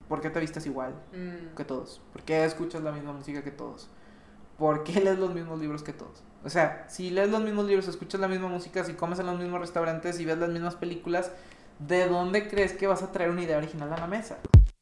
¿por qué te vistes igual que todos? ¿Por qué escuchas la misma música que todos? ¿Por qué lees los mismos libros que todos? O sea, si lees los mismos libros, escuchas la misma música, si comes en los mismos restaurantes y ves las mismas películas, ¿de dónde crees que vas a traer una idea original a la mesa?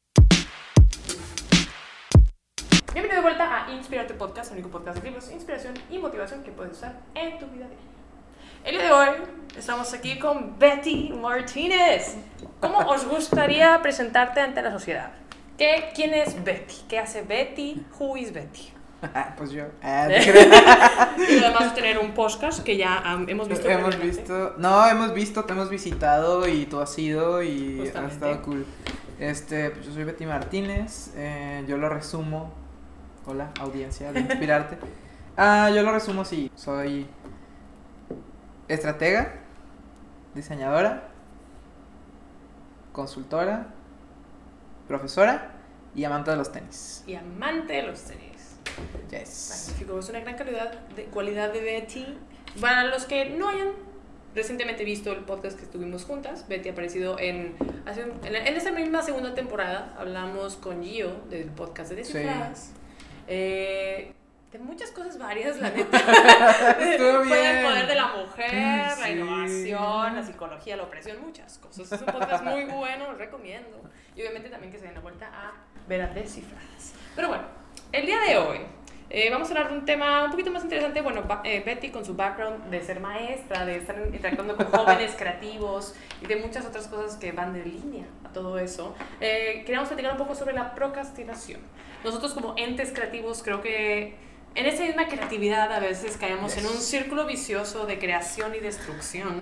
Bienvenido de vuelta a Inspirarte Podcast, el único podcast de libros, inspiración y motivación que puedes usar en tu vida diaria. El día de hoy estamos aquí con Betty Martínez. ¿Cómo os gustaría presentarte ante la sociedad? ¿Quién es Betty? ¿Qué hace Betty? Who is Betty? Pues yo. Y además tener un podcast que ya hemos visto. Te hemos visitado y tú has ido y Justamente. ha estado cool. Pues yo soy Betty Martínez, yo lo resumo. Hola, audiencia de Inspirarte. Yo lo resumo así, soy estratega, diseñadora, consultora, profesora y amante de los tenis. Y amante de los tenis. Yes. Magnífico, es una gran cualidad de Betty. Para los que no hayan recientemente visto el podcast que estuvimos juntas, Betty ha aparecido en esa misma segunda temporada. Hablamos con Gio del podcast de Descifradas. De muchas cosas varias, la neta. Estuvo bien. Fue el poder de la mujer, la Sí. innovación, la psicología, la opresión, muchas cosas. Es un podcast muy bueno, lo recomiendo. Y obviamente también que se den la vuelta a ver a Descifradas. Pero bueno, el día de hoy vamos a hablar de un tema un poquito más interesante. Bueno, Betty con su background de ser maestra, de estar interactuando con jóvenes creativos y de muchas otras cosas que van de línea a todo eso, queríamos platicar un poco sobre la procrastinación. Nosotros como entes creativos creo que en esa misma creatividad a veces caemos en un círculo vicioso de creación y destrucción.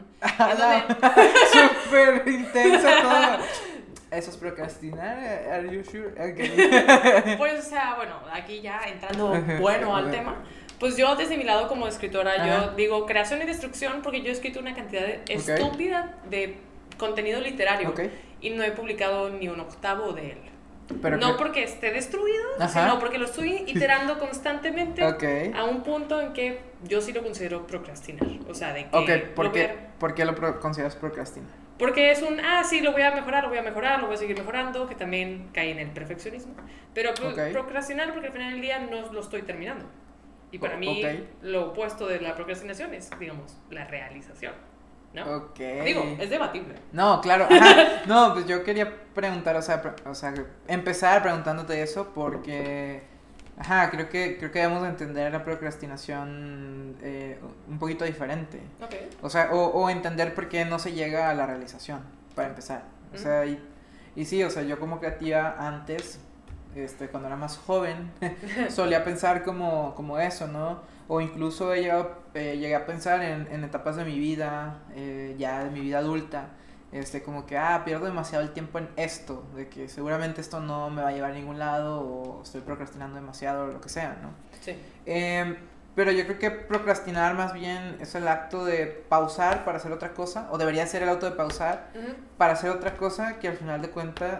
Súper intenso todo. ¿Eso es procrastinar? ¿Are you sure? Okay. Pues, o sea, bueno, aquí ya entrando al tema, pues yo desde mi lado como escritora, yo digo creación y destrucción porque yo he escrito una cantidad estúpida de contenido literario y no he publicado ni un octavo de él. Pero no porque esté destruido, sino porque lo estoy iterando constantemente a un punto en que yo sí lo considero procrastinar. O sea, de que... ¿Por qué lo consideras procrastinar? Porque es sí, lo voy a mejorar, lo voy a seguir mejorando, que también cae en el perfeccionismo. Pero procrastinar porque al final del día no lo estoy terminando. Y para mí lo opuesto de la procrastinación es, digamos, la realización, ¿no? Digo, es debatible. No, claro. No, pues yo quería preguntar, o sea, empezar preguntándote eso porque... creo que debemos de entender la procrastinación un poquito diferente. O sea, o entender por qué no se llega a la realización, para empezar. O sea, y sí, o sea, yo como creativa antes, cuando era más joven, solía pensar como eso, ¿no? O incluso llegué a pensar en etapas de mi vida, ya de mi vida adulta, como que, pierdo demasiado el tiempo en esto, de que seguramente esto no me va a llevar a ningún lado, o estoy procrastinando demasiado, o lo que sea, ¿no? Sí. Pero yo creo que procrastinar más bien es el acto de pausar para hacer otra cosa, o debería ser el acto de pausar para hacer otra cosa que al final de cuentas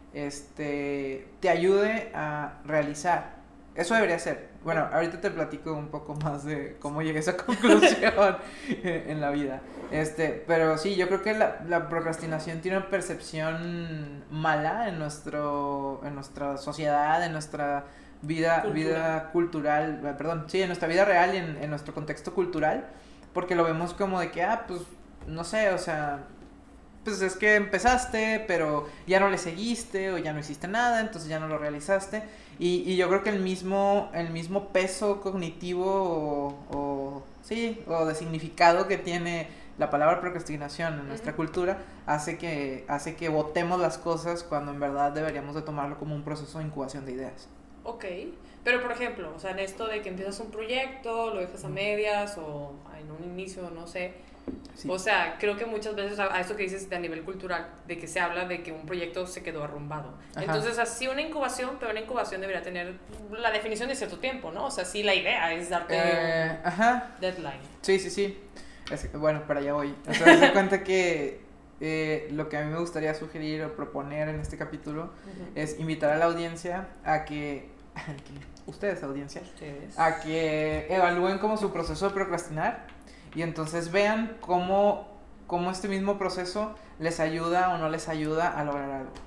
te ayude a realizar. Eso debería ser. Bueno, ahorita te platico un poco más de cómo llegué a esa conclusión en la vida. Pero sí, yo creo que la procrastinación tiene una percepción mala en nuestra sociedad, en nuestra vida cultural, en nuestra vida real y en nuestro contexto cultural, porque lo vemos como de que, pues, no sé, o sea, pues es que empezaste, pero ya no le seguiste o ya no hiciste nada, entonces ya no lo realizaste. Y yo creo que el mismo peso cognitivo o de significado que tiene la palabra procrastinación en nuestra cultura hace que botemos las cosas cuando en verdad deberíamos de tomarlo como un proceso de incubación de ideas. Pero por ejemplo, o sea, en esto de que empiezas un proyecto, lo dejas a medias o en un inicio, no sé. Sí. O sea, creo que muchas veces a esto que dices de a nivel cultural, de que se habla de que un proyecto se quedó arrumbado. Entonces, así una incubación, pero una incubación debería tener la definición de cierto tiempo, ¿no? O sea, sí, la idea es darte un deadline. Sí. Bueno, para allá voy. O sea, se cuenta que lo que a mí me gustaría sugerir o proponer en este capítulo es invitar a la audiencia a que ustedes, audiencia, a que evalúen como su proceso de procrastinar y entonces vean cómo este mismo proceso les ayuda o no les ayuda a lograr algo.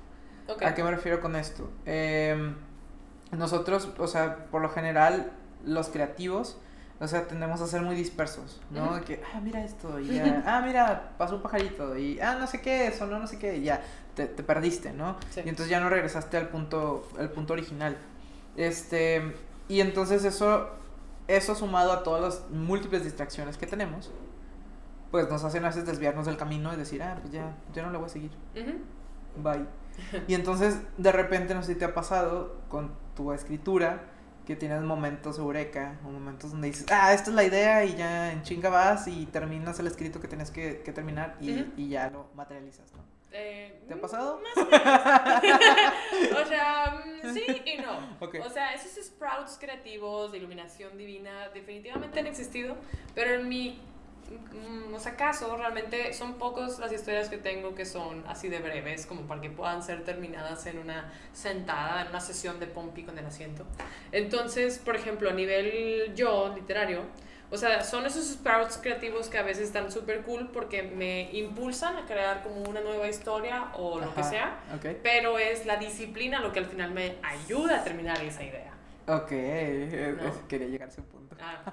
Okay. ¿A qué me refiero con esto? Nosotros, o sea, por lo general, los creativos, o sea, tendemos a ser muy dispersos, ¿no? Ujú. Que, mira esto, y ya, mira, pasó un pajarito, y, no sé qué, sonó no sé qué, y ya, te perdiste, ¿no? Sí. Y entonces ya no regresaste al punto original. Y entonces eso sumado a todas las múltiples distracciones que tenemos, pues nos hacen a veces desviarnos del camino y decir, pues ya no le voy a seguir. Ujú. Bye. Y entonces, de repente, no sé si te ha pasado con tu escritura, que tienes momentos eureka, o momentos donde dices, esta es la idea, y ya en chinga vas y terminas el escrito que tienes que terminar y ya lo materializas, ¿no? ¿Te ha pasado? Más o menos. O sea, sí y no. Okay. O sea, esos sprouts creativos de iluminación divina definitivamente han existido, pero en mi caso realmente son pocos las historias que tengo que son así de breves como para que puedan ser terminadas en una sentada, en una sesión de pompi con el asiento. Entonces, por ejemplo, a nivel literario, o sea, son esos sprouts creativos que a veces están súper cool porque me impulsan a crear como una nueva historia o lo que sea, Okay. pero es la disciplina lo que al final me ayuda a terminar esa idea. Ok, ¿No? quería llegar a ese punto.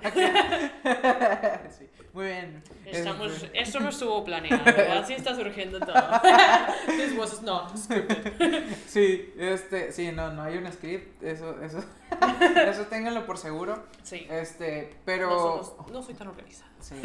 Sí, muy bien. Esto no estuvo planeado, así está surgiendo todo. This was not scripted. Sí, sí, no hay un script, eso ténganlo por seguro. Sí. Pero no soy tan organizada. Sí.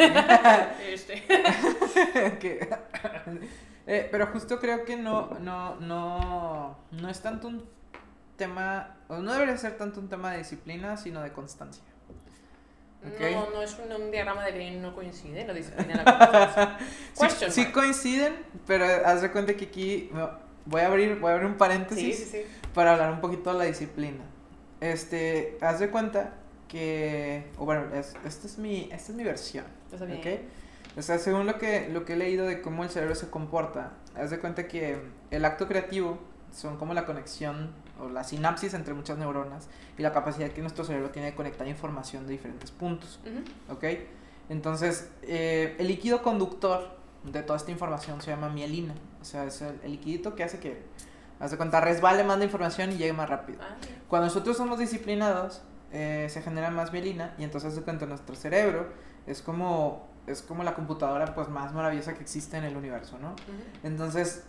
Que pero justo creo que no es tanto un tema, o no debería ser tanto un tema de disciplina, sino de constancia. ¿Okay? No es un diagrama de Venn, no coincide la disciplina y la constancia. Sí coinciden, pero haz de cuenta que aquí voy a abrir un paréntesis sí. para hablar un poquito de la disciplina. Haz de cuenta que, esta es mi versión. Está bien. ¿Okay? O sea, según lo que he leído de cómo el cerebro se comporta, haz de cuenta que el acto creativo son como la conexión o la sinapsis entre muchas neuronas y la capacidad que nuestro cerebro tiene de conectar información de diferentes puntos. Uh-huh. ¿Ok? Entonces, el líquido conductor de toda esta información se llama mielina. O sea, es el liquidito que hace que, haz de cuenta, resbale más la información y llegue más rápido. Cuando nosotros somos disciplinados, se genera más mielina y entonces, haz de cuenta, nuestro cerebro es como la computadora pues más maravillosa que existe en el universo, ¿no? Uh-huh. Entonces,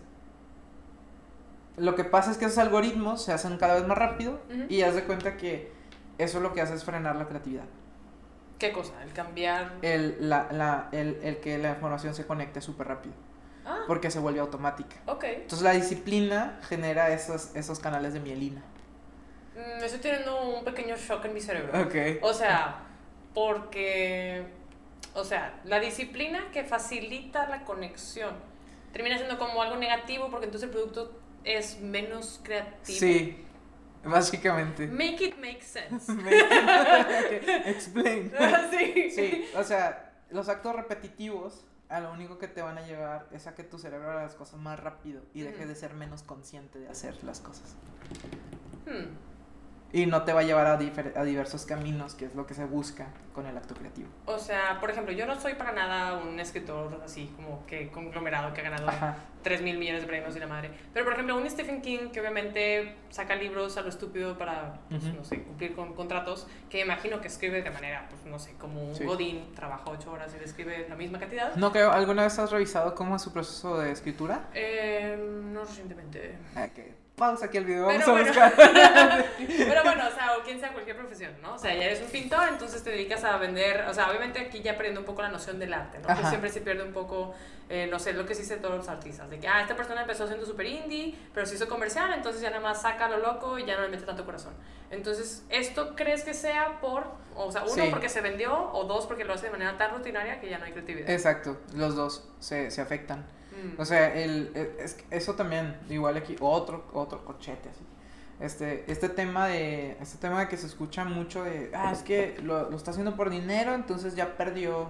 lo que pasa es que esos algoritmos se hacen cada vez más rápido y haz de cuenta que eso lo que hace es frenar la creatividad. ¿Qué cosa? ¿El cambiar? El que la información se conecte súper rápido. Porque se vuelve automática. Ok. Entonces la disciplina genera esos canales de mielina. Estoy teniendo un pequeño shock en mi cerebro. Ok. O sea, porque... O sea, la disciplina que facilita la conexión termina siendo como algo negativo porque entonces el producto es menos creativo. Sí, básicamente. Make it make sense. Okay. Explain. Sí. Sí, o sea, los actos repetitivos a lo único que te van a llevar es a que tu cerebro haga las cosas más rápido y deje de ser menos consciente de hacer las cosas. Y no te va a llevar a diversos caminos, que es lo que se busca con el acto creativo. O sea, por ejemplo, yo no soy para nada un escritor así como que conglomerado que ha ganado 3.000 millones de premios y la madre. Pero, por ejemplo, un Stephen King que obviamente saca libros a lo estúpido para, pues, no sé, cumplir con contratos, que imagino que escribe de manera, pues, no sé, como un godín, trabaja 8 horas y le escribe la misma cantidad. No creo, ¿alguna vez has revisado cómo es su proceso de escritura? No recientemente. Okay. Pausa aquí el video, Pero vamos bueno, a buscar. Pero bueno, o sea, o quien sea, cualquier profesión, ¿no? O sea, ya eres un pintor, entonces te dedicas a vender, o sea, obviamente aquí ya perdiendo un poco la noción del arte, ¿no? Que siempre se pierde un poco, no sé, lo que sí dicen todos los artistas, de que, esta persona empezó siendo súper indie, pero se hizo comercial, entonces ya nada más saca lo loco y ya no le mete tanto corazón. Entonces, ¿esto crees que sea o sea, uno, porque se vendió, o dos, porque lo hace de manera tan rutinaria que ya no hay creatividad? Exacto, los dos se afectan. O sea, eso también, igual aquí, otro cochete así. Este tema de que se escucha mucho de, es que lo está haciendo por dinero, entonces ya perdió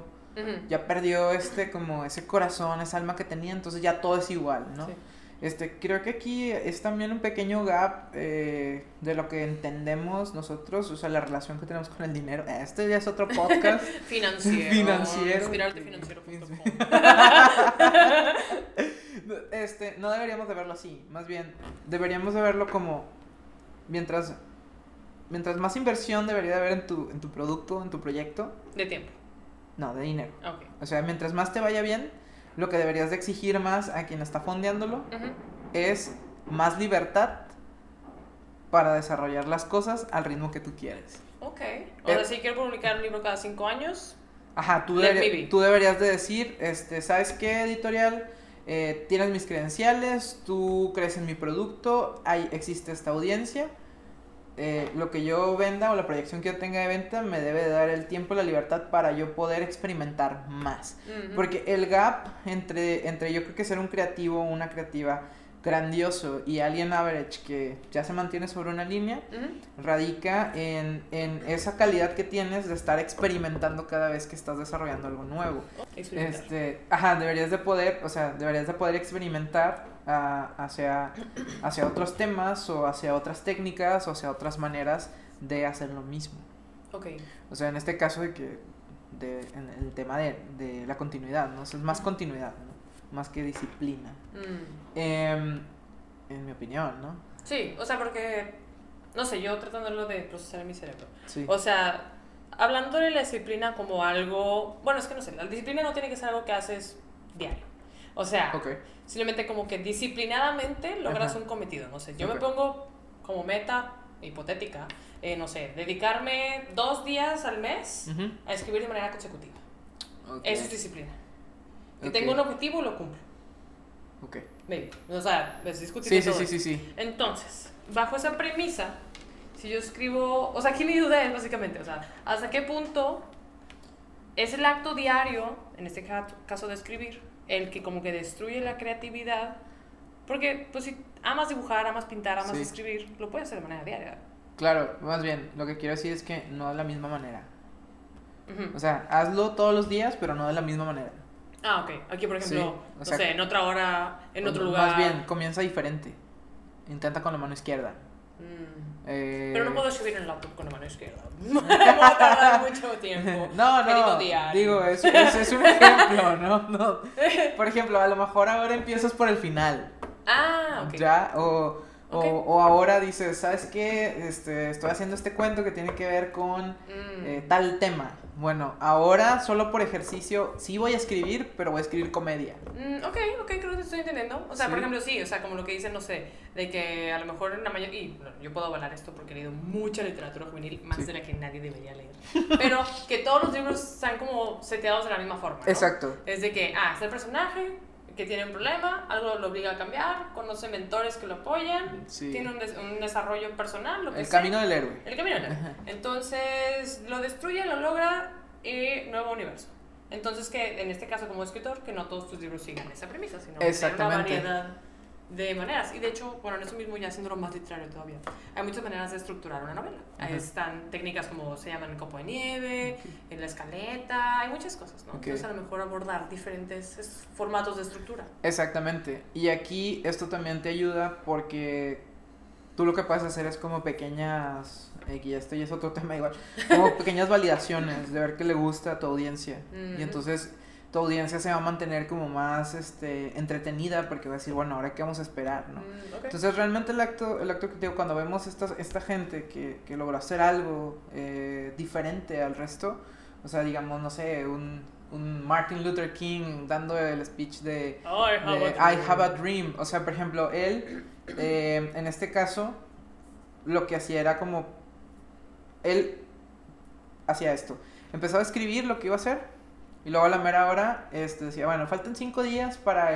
como ese corazón, esa alma que tenía, entonces ya todo es igual, ¿no? Sí. Creo que aquí es también un pequeño gap de lo que entendemos nosotros, o sea, la relación que tenemos con el dinero. Este ya es otro podcast. Financiero. Inspirarte financiero. No deberíamos de verlo así, más bien, deberíamos de verlo como, mientras más inversión debería de haber en tu producto, en tu proyecto. De tiempo. No, de dinero. Okay. O sea, mientras más te vaya bien, lo que deberías de exigir más a quien está fondeándolo es más libertad para desarrollar las cosas al ritmo que tú quieres. Ok. O sea, si quiero publicar un libro cada 5 años... Ajá, tú deberías de decir, ¿sabes qué, editorial? Tienes mis credenciales, tú crees en mi producto, existe esta audiencia. Lo que yo venda o la proyección que yo tenga de venta me debe de dar el tiempo y la libertad para yo poder experimentar más. Porque el gap entre yo creo que ser un creativo o una creativa grandioso y alguien average que ya se mantiene sobre una línea, radica en esa calidad que tienes de estar experimentando cada vez que estás desarrollando algo nuevo. Deberías de poder experimentar hacia otros temas o hacia otras técnicas o hacia otras maneras de hacer lo mismo. Okay. O sea, en este caso en el tema de la continuidad, ¿no? O sea, es más continuidad, ¿no? Más que disciplina. En mi opinión, ¿no? Sí, o sea, porque, no sé, yo tratándolo de procesar en mi cerebro. Sí. O sea, hablando de la disciplina como algo, bueno, es que no sé, la disciplina no tiene que ser algo que haces diario. O sea, simplemente como que disciplinadamente logras un cometido, no sé. Yo me pongo como meta hipotética, no sé, dedicarme 2 días al mes a escribir de manera consecutiva. Eso es disciplina. Que tengo un objetivo y lo cumplo. Maybe. O sea, es discutible todo. Sí. Entonces, bajo esa premisa, si yo escribo, o sea, aquí mi duda es básicamente, o sea, ¿hasta qué punto es el acto diario, en este caso de escribir, el que como que destruye la creatividad? Porque, pues, si amas dibujar, amas pintar, amas escribir, lo puedes hacer de manera diaria. Claro, más bien, lo que quiero decir es que no de la misma manera. O sea, hazlo todos los días, pero no de la misma manera. Ah, ok. Aquí, por ejemplo, no sé, en otra hora, en otro lugar. Más bien, comienza diferente. Intenta con la mano izquierda. Pero no puedo escribir en el laptop con la mano izquierda. Me va a tardar mucho tiempo. No, digo, es un ejemplo, ¿no? Por ejemplo, a lo mejor ahora empiezas por el final. Ah, ok. Ya, o ahora dices, ¿sabes qué? Estoy haciendo este cuento que tiene que ver con tal tema. Bueno, ahora solo por ejercicio sí voy a escribir, pero voy a escribir comedia. Ok, creo que te estoy entendiendo. O sea, por ejemplo, sí, o sea, como lo que dicen, no sé, de que a lo mejor en la mayoría, y bueno, yo puedo avalar esto porque he leído mucha literatura juvenil, más de la que nadie debería leer, pero que todos los libros están como seteados de la misma forma, ¿no? Exacto. Es de que, es el personaje que tiene un problema, algo lo obliga a cambiar, conoce mentores que lo apoyan, tiene un desarrollo personal, lo que sea. Camino del héroe. El camino del héroe. Entonces, lo destruye, lo logra y nuevo universo. Entonces, que en este caso como escritor, que no todos tus libros sigan esa premisa, sino que hay una variedad de maneras. Y de hecho, bueno, en eso mismo, ya haciéndolo más literario todavía, hay muchas maneras de estructurar una novela. Ahí están técnicas como se llaman copo de nieve, en la escaleta, hay muchas cosas, ¿no? Entonces, a lo mejor abordar diferentes formatos de estructura. Exactamente. Y aquí esto también te ayuda porque tú lo que puedes hacer es como pequeñas, y esto ya es otro tema igual, como pequeñas validaciones de ver qué le gusta a tu audiencia. Y entonces tu audiencia se va a mantener como más entretenida porque va a decir, bueno, ahora qué vamos a esperar, ¿no? Entonces realmente el acto creativo, cuando vemos esta gente que logró hacer algo diferente al resto, o sea, digamos, no sé, un Martin Luther King dando el speech de I have a dream. O sea, por ejemplo, él, en este caso, lo que hacía era como, él hacía esto, empezaba a escribir lo que iba a hacer y luego a la mera hora decía, bueno, faltan 5 días para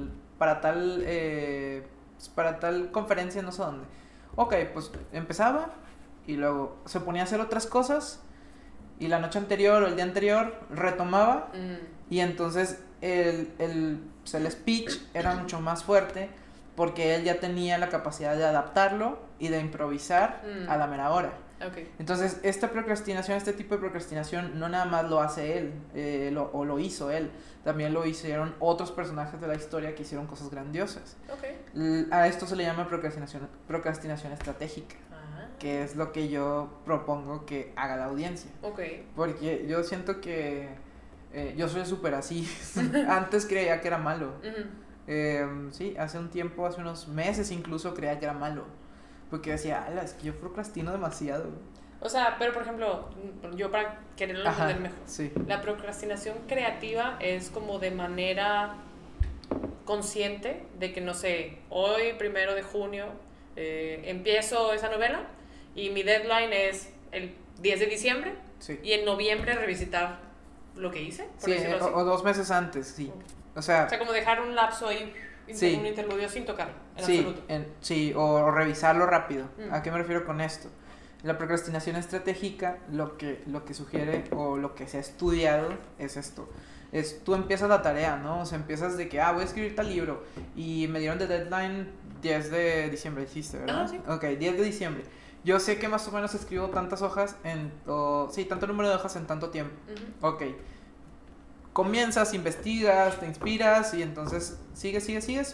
tal conferencia, no sé dónde. Ok, pues empezaba y luego se ponía a hacer otras cosas y la noche anterior o el día anterior retomaba y entonces el speech era mucho más fuerte porque él ya tenía la capacidad de adaptarlo y de improvisar a la mera hora. Entonces esta procrastinación, este tipo de procrastinación no nada más lo hace él, lo hizo él, también lo hicieron otros personajes de la historia que hicieron cosas grandiosas. A esto se le llama procrastinación estratégica, que es lo que yo propongo que haga la audiencia. Porque yo siento que yo soy súper así. Antes creía que era malo. Sí, hace un tiempo, hace unos meses incluso creía que era malo. Porque decía, ala, es que yo procrastino demasiado. O sea, pero por ejemplo, yo para quererlo entender mejor, sí. La procrastinación creativa es como de manera consciente de que, no sé, hoy, 1 de junio, empiezo esa novela y mi deadline es el 10 de diciembre Sí. y en noviembre revisitar lo que hice, por Sí, decirlo así. o 2 meses antes, sí. Okay. O sea, como dejar un lapso ahí, sí. un interludio sin tocarlo, en sí, absoluto. Sí, o revisarlo rápido. Mm. ¿A qué me refiero con esto? La procrastinación estratégica lo que sugiere o lo que se ha estudiado es esto. Tú empiezas la tarea, ¿no? O sea, empiezas de que, voy a escribir tal libro y me dieron de deadline 10 de diciembre, dijiste, ¿verdad? Sí. Ok, 10 de diciembre. Yo sé que más o menos escribo tantas hojas tanto número de hojas en tanto tiempo. Uh-huh. Ok. Comienzas, investigas, te inspiras y entonces sigues.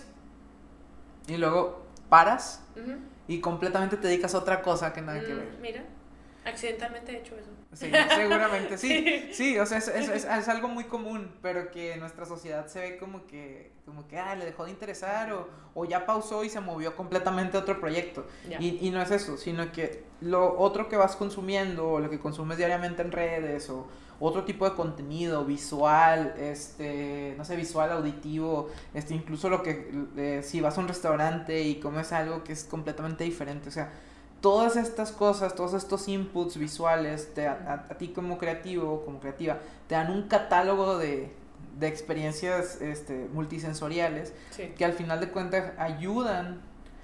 Y luego paras. Uh-huh. Y completamente te dedicas a otra cosa que nada que ver. Mira, accidentalmente he hecho eso. Sí, seguramente, sí. Sí, o sea, es algo muy común, pero que en nuestra sociedad se ve como que le dejó de interesar o ya pausó y se movió completamente a otro proyecto. Yeah. Y no es eso, sino que lo otro que vas consumiendo, o lo que consumes diariamente en redes, o otro tipo de contenido visual, no sé, visual, auditivo, incluso lo que, si vas a un restaurante y comes algo que es completamente diferente, o sea, todas estas cosas, todos estos inputs visuales, a ti como creativo, como creativa, te dan un catálogo de experiencias multisensoriales, sí. que al final de cuentas ayudan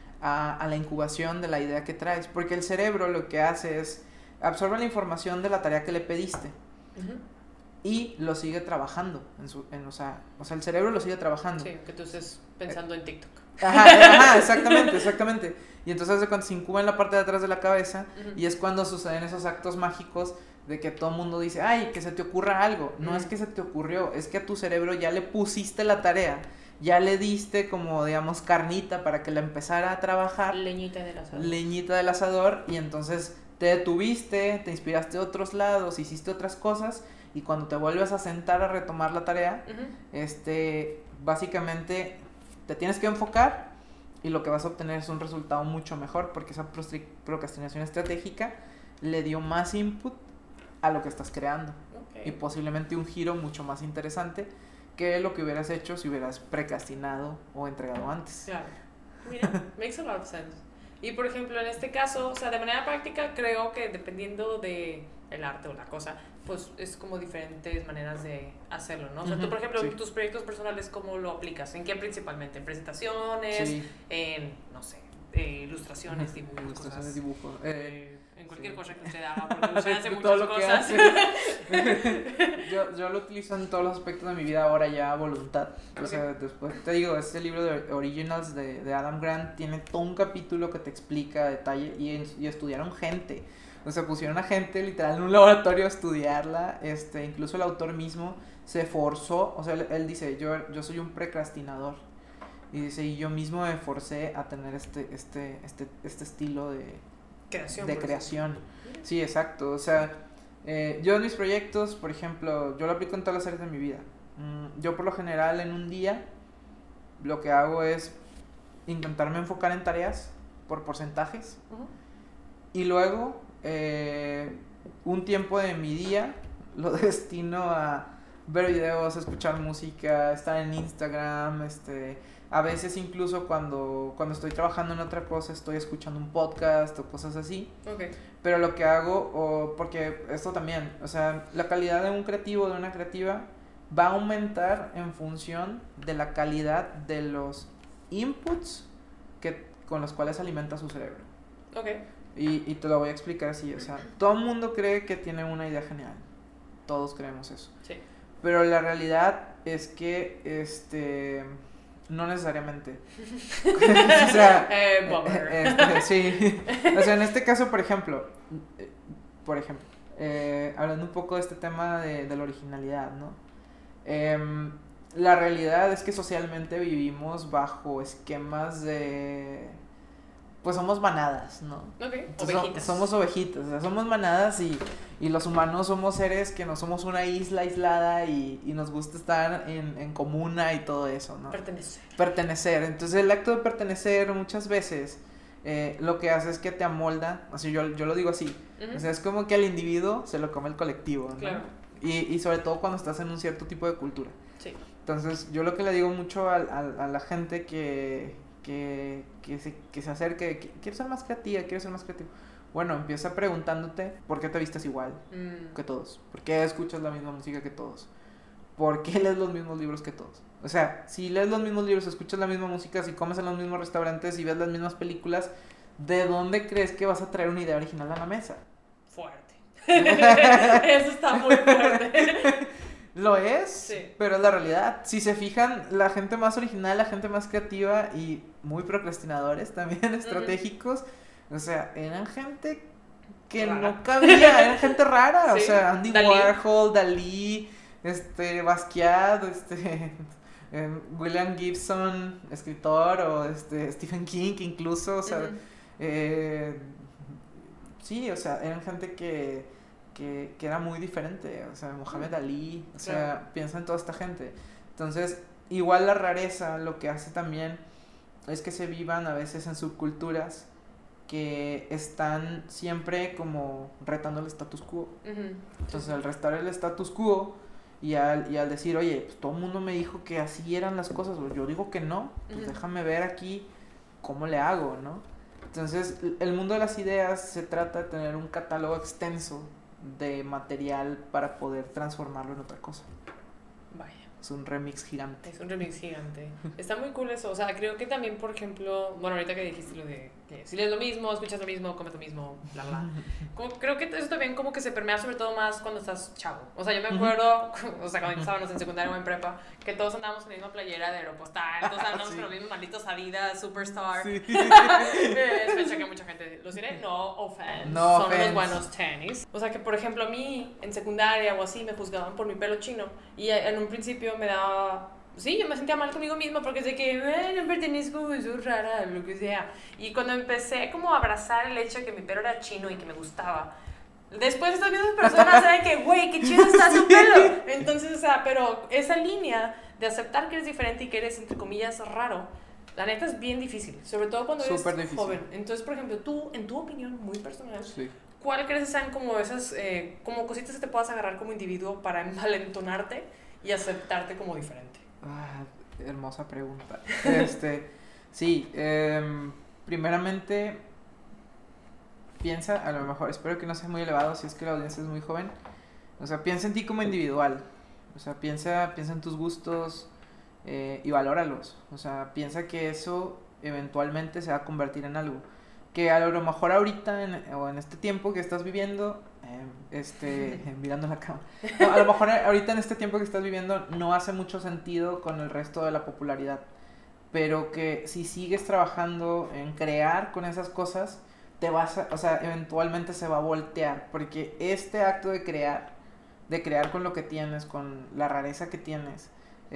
a la incubación de la idea que traes, porque el cerebro lo que hace es absorbe la información de la tarea que le pediste. Uh-huh. Y lo sigue trabajando, o sea, el cerebro lo sigue trabajando. Sí, que tú estés pensando en TikTok. Ajá, exactamente. Y entonces es cuando se incuba en la parte de atrás de la cabeza, uh-huh. Y es cuando suceden esos actos mágicos de que todo el mundo dice, ay, que se te ocurra algo. No es que se te ocurrió, es que a tu cerebro ya le pusiste la tarea, ya le diste como, digamos, carnita para que la empezara a trabajar. Leñita del asador, y entonces te detuviste, te inspiraste de otros lados, hiciste otras cosas, y cuando te vuelves a sentar a retomar la tarea, uh-huh. Básicamente te tienes que enfocar y lo que vas a obtener es un resultado mucho mejor, porque esa procrastinación estratégica le dio más input a lo que estás creando. Okay. Y posiblemente un giro mucho más interesante que lo que hubieras hecho si hubieras procrastinado o entregado antes. Claro. Mira, makes a lot of sense. Y por ejemplo, en este caso, o sea, de manera práctica, creo que dependiendo de el arte o la cosa, pues es como diferentes maneras de hacerlo, ¿no? O sea, tú, por ejemplo, sí. tus proyectos personales, ¿cómo lo aplicas? ¿En qué principalmente? ¿En presentaciones? Sí. En, no sé, ilustraciones, dibujos, ilustraciones, dibujos. En cualquier sí. cosa que usted haga, porque usted hace todo muchas lo cosas. yo lo utilizo en todos los aspectos de mi vida ahora ya a voluntad. O sea, después te digo, este libro de Originals de Adam Grant tiene todo un capítulo que te explica a detalle y estudiaron gente. O sea, pusieron a gente literal en un laboratorio a estudiarla. Incluso el autor mismo se esforzó. O sea, él dice, yo soy un procrastinador. Y dice, y yo mismo me forcé a tener este estilo de creación. Sí, exacto. O sea, yo en mis proyectos, por ejemplo, yo lo aplico en todas las áreas de mi vida. Yo por lo general en un día lo que hago es intentarme enfocar en tareas por porcentajes. Uh-huh. Y luego un tiempo de mi día lo destino a ver videos, escuchar música, estar en Instagram, a veces incluso cuando estoy trabajando en otra cosa estoy escuchando un podcast o cosas así. Okay. Pero lo que hago, porque esto también, o sea, la calidad de un creativo, de una creativa, va a aumentar en función de la calidad de los inputs con los cuales alimenta su cerebro. Okay. Y te lo voy a explicar así, o sea, todo el mundo cree que tiene una idea genial, todos creemos eso. Sí. Pero la realidad es que, no necesariamente. O sea, sí. O sea, en este caso, por ejemplo, hablando un poco de este tema de la originalidad, ¿no? La realidad es que socialmente vivimos bajo esquemas pues somos manadas, ¿no? Ok, Entonces, ovejitas. somos ovejitas, o sea, somos manadas y los humanos somos seres que no somos una isla aislada y nos gusta estar en comuna y todo eso, ¿no? Pertenecer. Entonces el acto de pertenecer muchas veces lo que hace es que te amolda, así yo lo digo así, o sea, es como que al individuo se lo come el colectivo, ¿no? Claro. Y sobre todo cuando estás en un cierto tipo de cultura. Sí. Entonces yo lo que le digo mucho a la gente que se acerque, que quiero ser más creativa, quiero ser más creativo. Bueno, empieza preguntándote por qué te vistes igual que todos, por qué escuchas la misma música que todos, por qué lees los mismos libros que todos. O sea, si lees los mismos libros, escuchas la misma música, si comes en los mismos restaurantes, si ves las mismas películas, ¿de dónde crees que vas a traer una idea original a la mesa? Fuerte. Eso está muy fuerte. Lo es, sí. Pero es la realidad. Si se fijan, la gente más original, la gente más creativa y muy procrastinadores también, estratégicos, o sea, eran gente que rara. No cabía, eran gente rara, sí. O sea, Andy Dalí. Warhol, Dalí, Basquiat, William Gibson, escritor, o Stephen King incluso, o sea, sí, o sea, eran gente que era muy diferente, o sea, Mohamed Ali, o sea, claro. Piensa en toda esta gente. Entonces, igual la rareza lo que hace también es que se vivan a veces en subculturas que están siempre como retando el status quo. Entonces, al restar el status quo y al decir, oye, pues todo el mundo me dijo que así eran las cosas, o yo digo que no, pues déjame ver aquí cómo le hago, ¿no? Entonces, el mundo de las ideas se trata de tener un catálogo extenso de material para poder transformarlo en otra cosa. Vaya. Es un remix gigante. Es un remix gigante. Está muy cool eso. O sea, creo que también, por ejemplo, bueno, ahorita que dijiste lo de que si lees lo mismo, escuchas lo mismo, comes lo mismo, bla, bla. Creo que eso también como que se permea sobre todo más cuando estás chavo. O sea, yo me acuerdo, o sea, cuando estábamos en secundaria o en prepa, que todos andábamos con la misma playera de Aeropostal, todos andábamos con los mismos malditos Adidas, Superstar. Sí. Pensé que mucha gente los diré, no offense. No Son offense. los buenos tenis. O sea, que por ejemplo a mí en secundaria o así me juzgaban por mi pelo chino y en un principio me daba... Sí, yo me sentía mal conmigo misma porque es de que no pertenezco, soy rara, lo que sea. Y cuando empecé como a abrazar el hecho de que mi pelo era chino y que me gustaba, después estas mismas personas saben que, güey, qué chido está su pelo. Entonces, o sea, pero esa línea de aceptar que eres diferente y que eres, entre comillas, raro, la neta es bien difícil, sobre todo cuando eres joven. Entonces, por ejemplo, tú, en tu opinión muy personal, sí. ¿Cuál crees que sean como esas, como cositas que te puedas agarrar como individuo para envalentonarte y aceptarte como diferente? Hermosa pregunta. Sí, primeramente piensa, a lo mejor, espero que no sea muy elevado si es que la audiencia es muy joven, o sea, piensa en ti como individual, o sea, piensa en tus gustos y valóralos, o sea, piensa que eso eventualmente se va a convertir en algo, que a lo mejor ahorita o en este tiempo que estás viviendo, mirando la cama, no, a lo mejor ahorita en este tiempo que estás viviendo no hace mucho sentido con el resto de la popularidad, pero que si sigues trabajando en crear con esas cosas, o sea, eventualmente se va a voltear, porque este acto de crear con lo que tienes, con la rareza que tienes,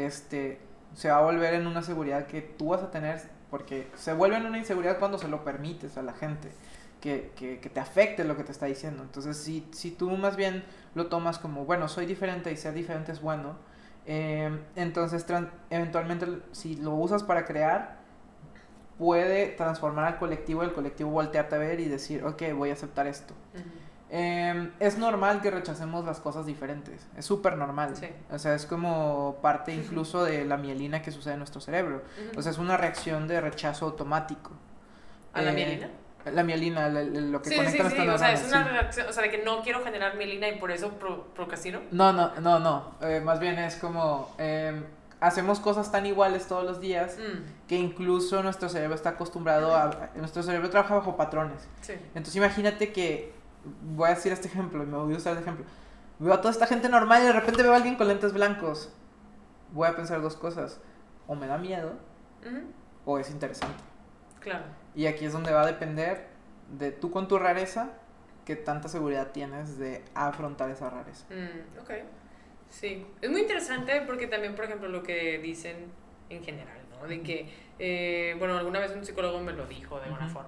se va a volver en una seguridad que tú vas a tener, porque se vuelve en una inseguridad cuando se lo permites a la gente, que te afecte lo que te está diciendo. Entonces, si tú más bien lo tomas como, bueno, soy diferente y ser diferente es bueno, entonces eventualmente si lo usas para crear, puede transformar al colectivo, el colectivo voltearte a ver y decir, ok, voy a aceptar esto. Es normal que rechacemos las cosas diferentes, es súper normal, sí. O sea, es como parte incluso de la mielina que sucede en nuestro cerebro, o sea, es una reacción de rechazo automático. ¿A la mielina? La mielina, lo que conecta nuestras neuronas. O sea, es una reacción, o sea, de que no quiero generar mielina y por eso procrastino. No, más bien es como... hacemos cosas tan iguales todos los días que incluso nuestro cerebro está acostumbrado nuestro cerebro trabaja bajo patrones. Sí. Entonces imagínate que, voy a decir este ejemplo y me voy a usar el ejemplo, veo a toda esta gente normal y de repente veo a alguien con lentes blancos, voy a pensar dos cosas, o me da miedo o es interesante. Claro. Y aquí es donde va a depender de tú con tu rareza, qué tanta seguridad tienes de afrontar esa rareza. Ok. Sí, es muy interesante porque también, por ejemplo, lo que dicen en general, ¿no? De que, bueno, alguna vez un psicólogo me lo dijo de alguna forma.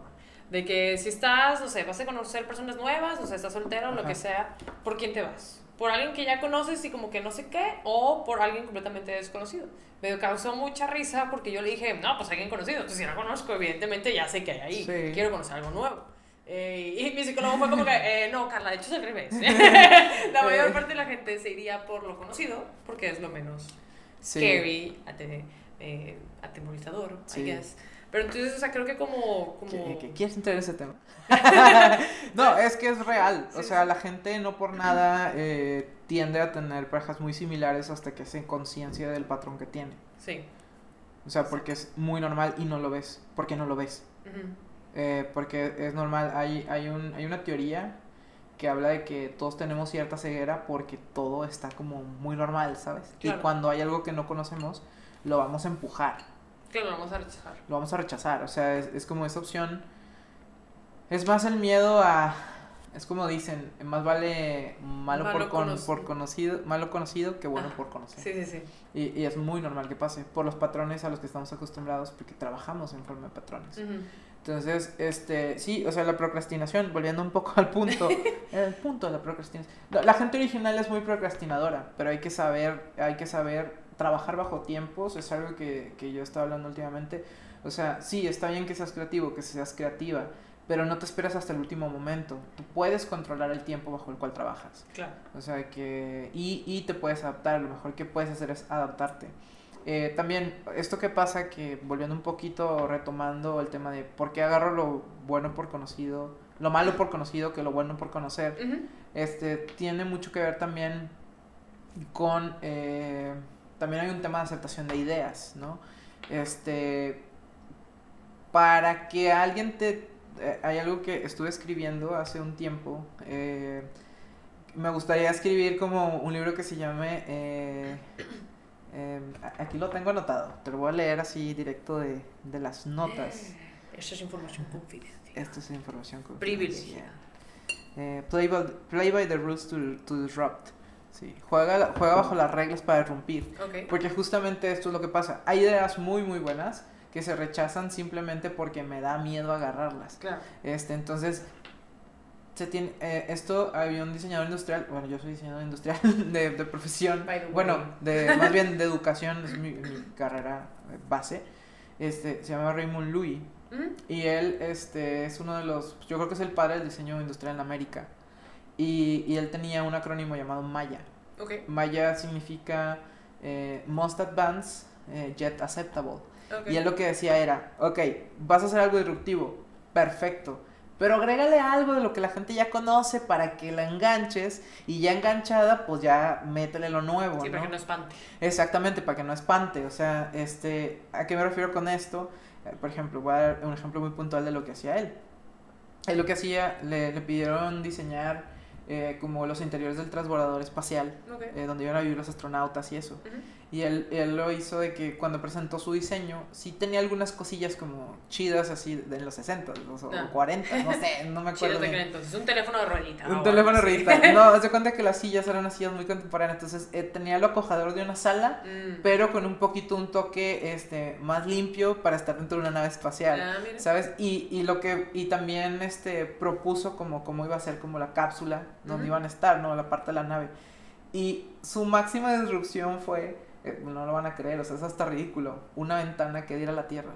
De que si estás, no sé, vas a conocer personas nuevas, o sea, estás soltero o lo Ajá. que sea, ¿por quién te vas? ¿Por alguien que ya conoces y como que no sé qué? ¿O por alguien completamente desconocido? Me causó mucha risa porque yo le dije, no, pues alguien conocido. Entonces, si no conozco, evidentemente ya sé que hay ahí. Sí. Quiero conocer algo nuevo. Y mi psicólogo fue como que, no, Carla, de hecho es al revés. La mayor parte de la gente se iría por lo conocido porque es lo menos Sí. scary, atemorizador, Sí. I guess. Pero entonces, o sea, creo que como... ¿Quieres entrar en ese tema? No, es que es real. O Sí, sea, sí. la gente no por nada tiende a tener parejas muy similares hasta que hacen conciencia del patrón que tiene. Sí. O sea, porque es muy normal y no lo ves. ¿Por qué no lo ves? Ujú. Porque es normal. Hay una teoría que habla de que todos tenemos cierta ceguera porque todo está como muy normal, ¿sabes? Claro. Y cuando hay algo que no conocemos, lo vamos a empujar. Claro, lo vamos a rechazar. Lo vamos a rechazar. O sea, es como esa opción. Es más el miedo a... Es como dicen, más vale malo por conocido, malo conocido que bueno por conocer. Sí, sí, sí. Y es muy normal que pase por los patrones a los que estamos acostumbrados porque trabajamos en forma de patrones. Ujú. Entonces, sí, o sea, la procrastinación, volviendo un poco al punto, el punto de la procrastinación. La gente original es muy procrastinadora, pero hay que saber trabajar bajo tiempos, es algo que yo estaba hablando últimamente. O sea, sí, está bien que seas creativo, que seas creativa, pero no te esperas hasta el último momento. Tú puedes controlar el tiempo bajo el cual trabajas. Claro. O sea, y te puedes adaptar, lo mejor que puedes hacer es adaptarte. También, esto que pasa, que volviendo un poquito, retomando el tema de por qué agarro lo bueno por conocido, lo malo por conocido que lo bueno por conocer, Ujú. tiene mucho que ver también con, también hay un tema de aceptación de ideas, ¿no? Para que alguien hay algo que estuve escribiendo hace un tiempo, me gustaría escribir como un libro que se llame... aquí lo tengo anotado, te lo voy a leer así directo de las notas. Esto es información confidencial. Esto es información Privilegiada. Play by the rules to disrupt. Sí, juega bajo las reglas para irrumpir. Ok. Porque justamente esto es lo que pasa. Hay ideas muy muy buenas que se rechazan simplemente porque me da miedo agarrarlas. Claro. Entonces esto había un diseñador industrial, bueno, yo soy diseñador industrial de profesión, By the way. bueno, más bien de educación, es mi carrera base. Se llama Raymond Loewy Ujú. y él es uno de los, yo creo que es el padre del diseño industrial en América. Y él tenía un acrónimo llamado MAYA. Ok. MAYA significa Most Advanced Yet Acceptable. Ok. Y él lo que decía era, ok, vas a hacer algo disruptivo, perfecto, pero agrégale algo de lo que la gente ya conoce para que la enganches, y ya enganchada, pues ya métele lo nuevo, Sí, ¿no? para que no espante. Exactamente, para que no espante. O sea, ¿a qué me refiero con esto? Por ejemplo, voy a dar un ejemplo muy puntual de lo que hacía él. Él lo que hacía, le pidieron diseñar como los interiores del transbordador espacial, Ok. donde iban a vivir los astronautas y eso. Ujú. Y él lo hizo de que cuando presentó su diseño, sí tenía algunas cosillas como chidas así de los 60 o Ah. 40, no sé, no me acuerdo Chido de bien. que entonces un teléfono de ruedita. Un o teléfono algo así. ruedita. No, haz de cuenta que las sillas eran unas sillas muy contemporáneas. Entonces tenía lo acogedor de una sala, pero con un poquito un toque más limpio para estar dentro de una nave espacial. Ah, mira. ¿Sabes? Y también propuso cómo iba a ser como la cápsula donde Ujú. iban a estar, ¿no? La parte de la nave. Y su máxima disrupción fue, no lo van a creer, o sea, es hasta ridículo, una ventana que diera a la Tierra.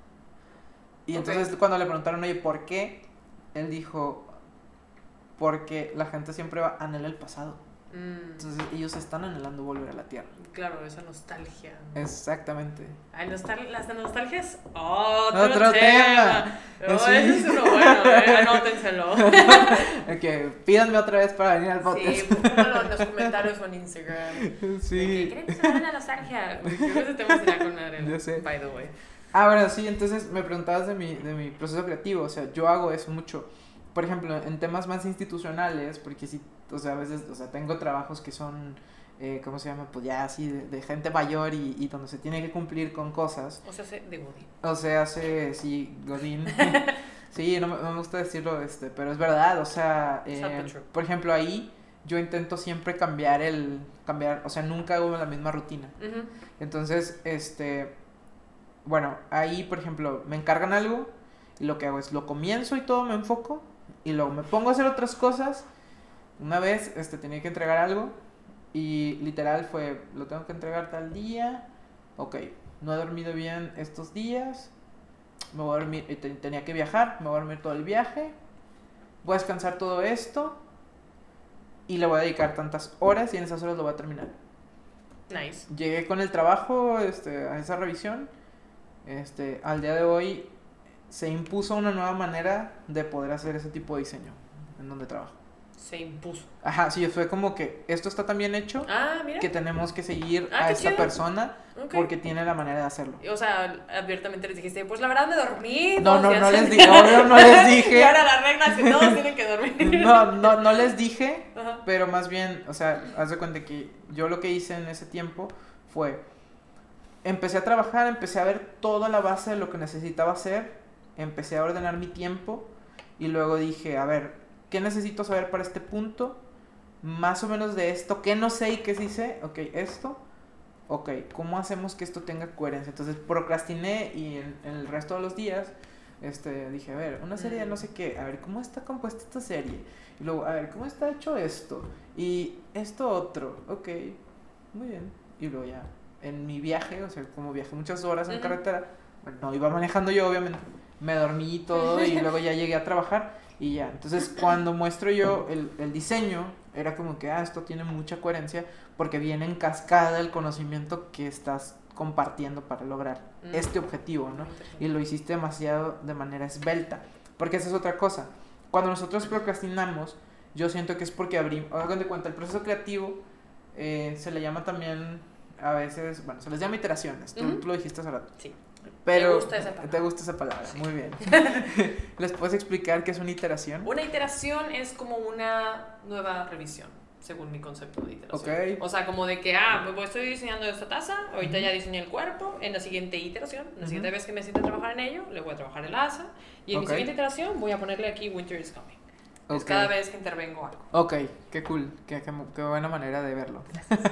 Y Ok. entonces cuando le preguntaron, oye, ¿por qué? Él dijo, porque la gente siempre anhela el pasado. Entonces ellos están anhelando volver a la Tierra. Claro, esa nostalgia. Exactamente. Ay, las nostalgias. Otro Otro tema. No, Sí. ese es uno bueno, anótenselo. Ok, pídanme otra vez para venir al podcast. Sí, pónganlo en los comentarios o en Instagram. Sí. ¿Queremos hablar de la nostalgia? Creo que ese tema sería con Adriana. Yo sé. By the way. Bueno, sí, entonces me preguntabas de mi proceso creativo. O sea, yo hago eso mucho. Por ejemplo, en temas más institucionales, porque sí, o sea, a veces, o sea, tengo trabajos que son, ¿cómo se llama? Pues ya así, de gente mayor y donde se tiene que cumplir con cosas. O sea, de Godín. O sea, sí, Godín. Sí, no me gusta decirlo, pero es verdad, o sea, por ejemplo, ahí yo intento siempre cambiar, o sea, nunca hago la misma rutina. Ujú. Entonces, bueno, ahí, por ejemplo, me encargan algo y lo que hago es lo comienzo y todo, me enfoco y luego me pongo a hacer otras cosas. Una vez tenía que entregar algo y literal fue, lo tengo que entregar tal día, ok, no he dormido bien estos días, me voy a dormir, tenía que viajar, me voy a dormir todo el viaje, voy a descansar todo esto y le voy a dedicar tantas horas y en esas horas lo voy a terminar. Nice. Llegué con el trabajo a esa revisión. Al día de hoy se impuso una nueva manera de poder hacer ese tipo de diseño en donde trabajo. Se impuso. Ajá, sí, fue como que esto está tan bien hecho mira. que tenemos que seguir a esta persona porque tiene la manera de hacerlo. O sea, abiertamente les dijiste, pues la verdad me dormí. No les dije, obvio, no les dije. Y ahora la regla es que todos tienen que dormir. No les dije, Ajá. pero más bien, o sea, haz de cuenta que yo lo que hice en ese tiempo fue, empecé a trabajar, empecé a ver toda la base de lo que necesitaba hacer, empecé a ordenar mi tiempo y luego dije, a ver, ¿qué necesito saber para este punto? Más o menos de esto, ¿qué no sé y qué sí sé? Ok, esto. Ok, ¿cómo hacemos que esto tenga coherencia? Entonces procrastiné y en el resto de los días dije, a ver, una serie de no sé qué, a ver, ¿cómo está compuesta esta serie? Y luego, a ver, ¿cómo está hecho esto? Y esto otro, ok, muy bien. Y luego ya, en mi viaje, o sea, como viajé muchas horas en carretera, bueno, no iba manejando yo obviamente, me dormí y todo y luego ya llegué a trabajar y ya. Entonces cuando muestro yo el diseño, era como que, esto tiene mucha coherencia porque viene en cascada el conocimiento que estás compartiendo para lograr este objetivo, ¿no? Y lo hiciste demasiado de manera esbelta, porque esa es otra cosa. Cuando nosotros procrastinamos, yo siento que es porque hagan de cuenta, el proceso creativo se le llama también a veces, bueno, se les llama iteraciones, tú lo dijiste hace rato. Sí. Pero te gusta esa palabra, sí. Muy bien. ¿Les puedes explicar qué es una iteración? Una iteración es como una nueva revisión, según mi concepto de iteración. Okay. O sea, como de que, pues estoy diseñando esta taza, ahorita ya diseñé el cuerpo, en la siguiente iteración, la siguiente vez que me sienta a trabajar en ello, le voy a trabajar el asa, y en mi siguiente iteración voy a ponerle aquí Winter is Coming. Es cada vez que intervengo algo. Ok, qué cool, qué buena manera de verlo.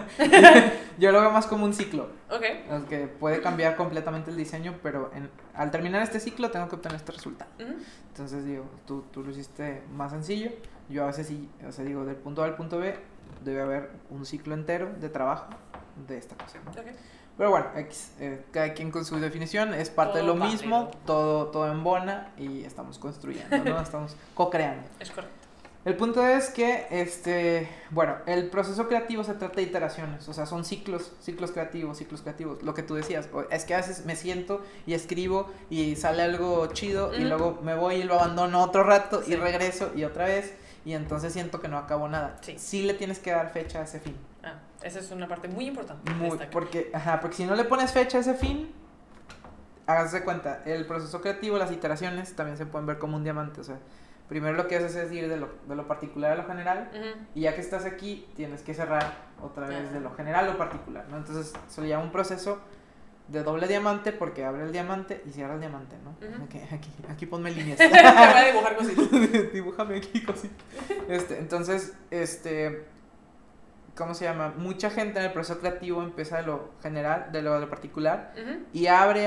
Yo lo veo más como un ciclo. Ok. Que puede cambiar completamente el diseño, pero al terminar este ciclo tengo que obtener este resultado. Entonces digo, tú lo hiciste más sencillo. Yo a veces sí, o sea, digo, del punto A al punto B debe haber un ciclo entero de trabajo de esta cosa, ¿no? Okay. Pero bueno, cada quien con su definición, es parte de lo mismo, todo embona y estamos construyendo, ¿no? Estamos co-creando. Es correcto. El punto es que, bueno, el proceso creativo se trata de iteraciones, o sea, son ciclos creativos, lo que tú decías, es que a veces me siento y escribo y sale algo chido y luego me voy y lo abandono otro rato y regreso y otra vez y entonces siento que no acabo nada. Sí le tienes que dar fecha a ese fin. Esa es una parte muy importante. Porque si no le pones fecha a ese fin, hágase cuenta, el proceso creativo, las iteraciones también se pueden ver como un diamante, o sea, primero lo que haces es ir de lo particular a lo general, y ya que estás aquí, tienes que cerrar otra vez de lo general a lo particular, ¿no? Entonces se le llama un proceso de doble diamante porque abre el diamante y cierra el diamante, ¿no? Aquí ponme líneas. Te voy a dibujar cositas. Dibújame aquí cositas. Entonces, ¿cómo se llama? Mucha gente en el proceso creativo empieza de lo general, de lo particular, y abre.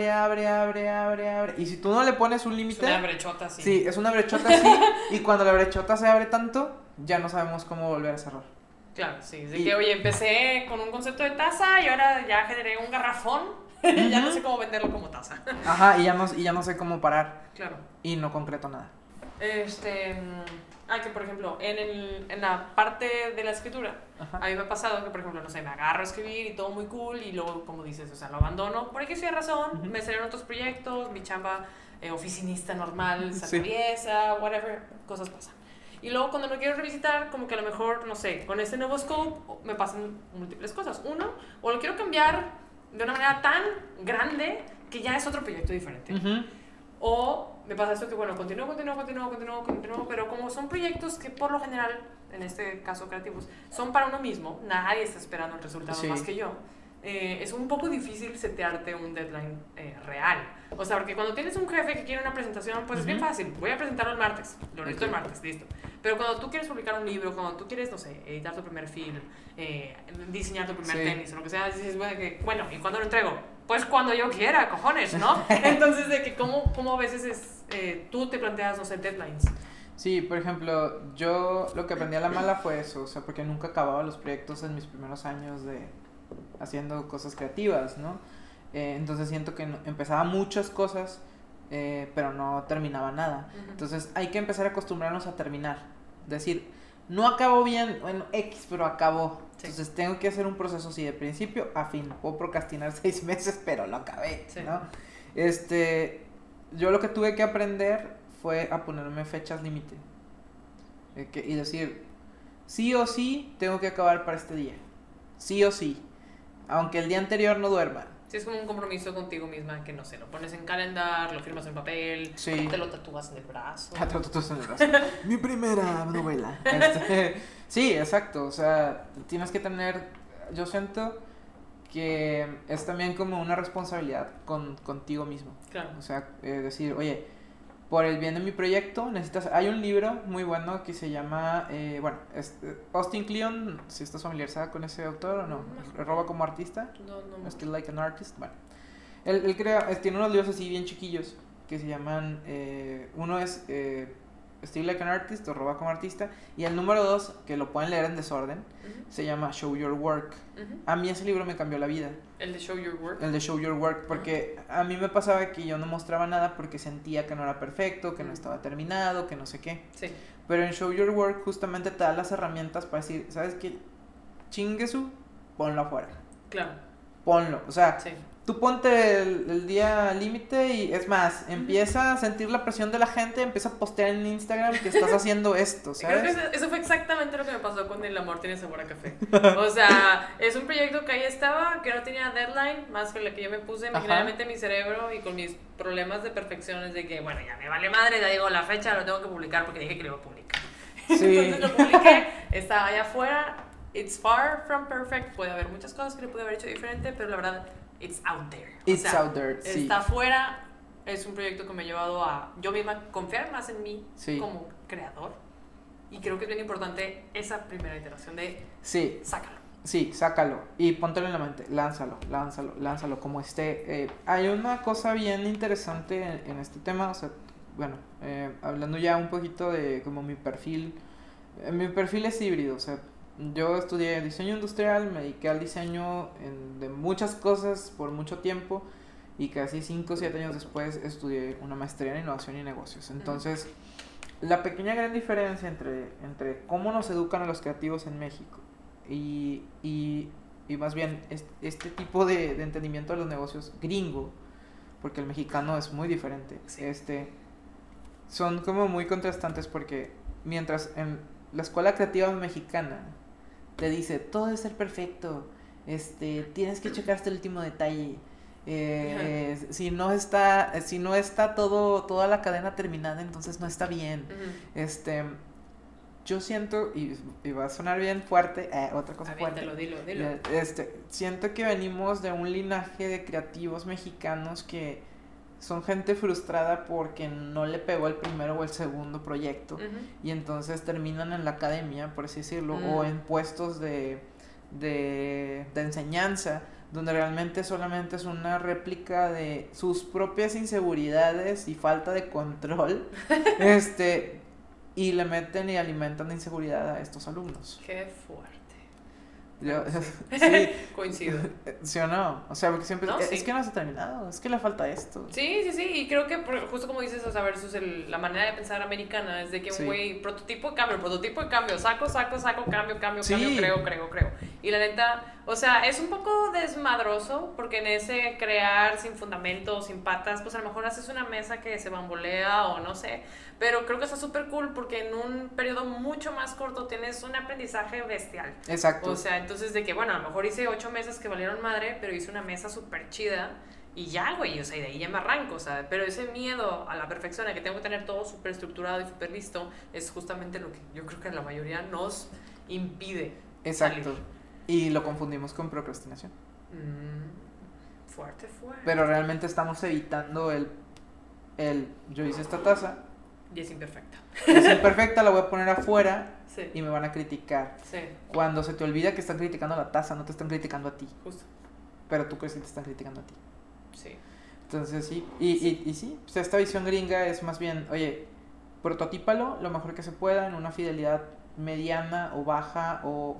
Y si tú no le pones un límite... Es una brechota así. Sí, es una brechota así, y cuando la brechota se abre tanto, ya no sabemos cómo volver a cerrar. Claro, sí. De que, oye, empecé con un concepto de taza y ahora ya generé un garrafón. Ya no sé cómo venderlo como taza. Ajá, y ya no sé cómo parar. Claro. Y no concreto nada. Que por ejemplo, en la parte de la escritura, a mí me ha pasado que, por ejemplo, no sé, me agarro a escribir y todo muy cool y luego, como dices, o sea, lo abandono por X razón, me salen otros proyectos, mi chamba oficinista normal, se atraviesa, whatever, cosas pasan. Y luego cuando lo quiero revisitar, como que a lo mejor, no sé, con este nuevo scope me pasan múltiples cosas. Uno, o lo quiero cambiar de una manera tan grande que ya es otro proyecto diferente. O me pasa esto que, bueno, continúo, pero como son proyectos que por lo general, en este caso creativos, son para uno mismo, nadie está esperando el resultado más que yo, es un poco difícil setearte un deadline real, O sea, porque cuando tienes un jefe que quiere una presentación, pues es bien fácil. Voy a presentarlo el martes. Lo necesito el martes, listo. Pero cuando tú quieres publicar un libro, cuando tú quieres, no sé, editar tu primer film, diseñar tu primer tenis o lo que sea, dices, bueno, ¿y cuándo lo entrego? Pues cuando yo quiera, cojones, ¿no? Entonces, de que cómo a veces tú te planteas, no sé, deadlines. Sí, por ejemplo, yo lo que aprendí a la mala fue eso, o sea, porque nunca acababa los proyectos en mis primeros años de haciendo cosas creativas, ¿no? Entonces siento que empezaba muchas cosas, pero no terminaba nada. Entonces hay que empezar a acostumbrarnos a terminar. Decir, no acabó bien, bueno, X, pero acabó. Sí. Entonces tengo que hacer un proceso así de principio a fin. Puedo procrastinar 6 meses, pero lo acabé, sí. ¿No? Yo lo que tuve que aprender fue a ponerme fechas límite. Y decir, sí o sí tengo que acabar para este día. Sí o sí. Aunque el día anterior no duerma. Sí, es como un compromiso contigo misma que, no sé, lo pones en calendar, lo firmas en papel, sí. Te lo tatúas en el brazo. Te lo tatúas en el brazo. Mi primera novela. Sí, exacto. O sea, tienes que tener... Yo siento que es también como una responsabilidad contigo mismo. Claro. O sea, decir, oye, por el bien de mi proyecto necesitas... Hay un libro muy bueno que se llama... Austin Kleon, si estás familiarizada con ese autor o no. ¿Roba como artista? No. Still Like an Artist. Bueno. Él crea... tiene unos libros así bien chiquillos que se llaman... uno es... Still Like an Artist o Roba como artista. Y el número 2, que lo pueden leer en desorden, se llama Show Your Work. A mí ese libro me cambió la vida. ¿El de Show Your Work? El de Show Your Work, porque a mí me pasaba que yo no mostraba nada porque sentía que no era perfecto, que no estaba terminado, que no sé qué. Sí. Pero en Show Your Work justamente te da las herramientas para decir, ¿sabes qué? Chinguesu, ponlo afuera. Claro. Ponlo, o sea, sí. Tú ponte el día límite y es más, empieza a sentir la presión de la gente, empieza a postear en Instagram que estás haciendo esto, ¿sabes? Creo que eso fue exactamente lo que me pasó con El amor tiene sabor a café. O sea, es un proyecto que ahí estaba, que no tenía deadline, más que la que yo me puse imaginariamente en mi cerebro y con mis problemas de perfecciones de que, bueno, ya me vale madre, ya digo la fecha, lo tengo que publicar porque dije que lo iba a publicar. Sí. Entonces lo publiqué, está allá afuera, it's far from perfect, puede haber muchas cosas que le pude haber hecho diferente, pero la verdad... It's out there. It's out there, sí. Está afuera. Es un proyecto que me ha llevado a yo misma confiar más en mí como creador. Y creo que es bien importante esa primera iteración de sácalo. Sí, sácalo. Y póntelo en la mente. Lánzalo como esté. Hay una cosa bien interesante en este tema. O sea, bueno, hablando ya un poquito de como mi perfil. Mi perfil es híbrido, o sea. Yo estudié diseño industrial, me dediqué al diseño de muchas cosas por mucho tiempo y casi 5 o 7 años después estudié una maestría en innovación y negocios. Entonces, la pequeña gran diferencia entre cómo nos educan a los creativos en México y más bien este tipo de entendimiento de los negocios gringo, porque el mexicano es muy diferente, son como muy contrastantes porque mientras en la escuela creativa mexicana te dice, todo debe ser perfecto, tienes que checar hasta el último detalle, si no está toda la cadena terminada, entonces no está bien. Yo siento, y va a sonar bien fuerte, otra cosa fuerte. Dilo. Siento que venimos de un linaje de creativos mexicanos que son gente frustrada porque no le pegó el primero o el segundo proyecto y entonces terminan en la academia, por así decirlo, o en puestos de enseñanza donde realmente solamente es una réplica de sus propias inseguridades y falta de control y le meten y alimentan de inseguridad a estos alumnos. Qué fuerte. Sí. Coincido. ¿Sí o no? O sea, porque siempre es que no se ha terminado, es que le falta esto. Sí, y creo que justo como dices, o sea, versus la manera de pensar americana es de que un güey, prototipo de cambio, saco, cambio, creo. Y la neta, o sea, es un poco desmadroso porque en ese crear sin fundamento, sin patas, pues a lo mejor haces una mesa que se bambolea o no sé, pero creo que está súper cool porque en un periodo mucho más corto tienes un aprendizaje bestial. Exacto. O sea, entonces de que, bueno, a lo mejor hice 8 mesas que valieron madre, pero hice una mesa súper chida y ya, güey, o sea, y de ahí ya me arranco, o sea, pero ese miedo a la perfección, a que tengo que tener todo súper estructurado y súper listo, es justamente lo que yo creo que la mayoría nos impide. Exacto. Salir. Y lo confundimos con procrastinación. Fuerte, fuerte. Pero realmente estamos evitando yo hice esta taza. Y es imperfecta. Es imperfecta, la voy a poner afuera Sí. y me van a criticar. Sí. Cuando se te olvida que están criticando la taza, no te están criticando a ti. Justo. Pero tú crees que te están criticando a ti. Sí. Entonces sí, y sí, pues esta visión gringa es más bien, oye, prototípalo lo mejor que se pueda en una fidelidad mediana o baja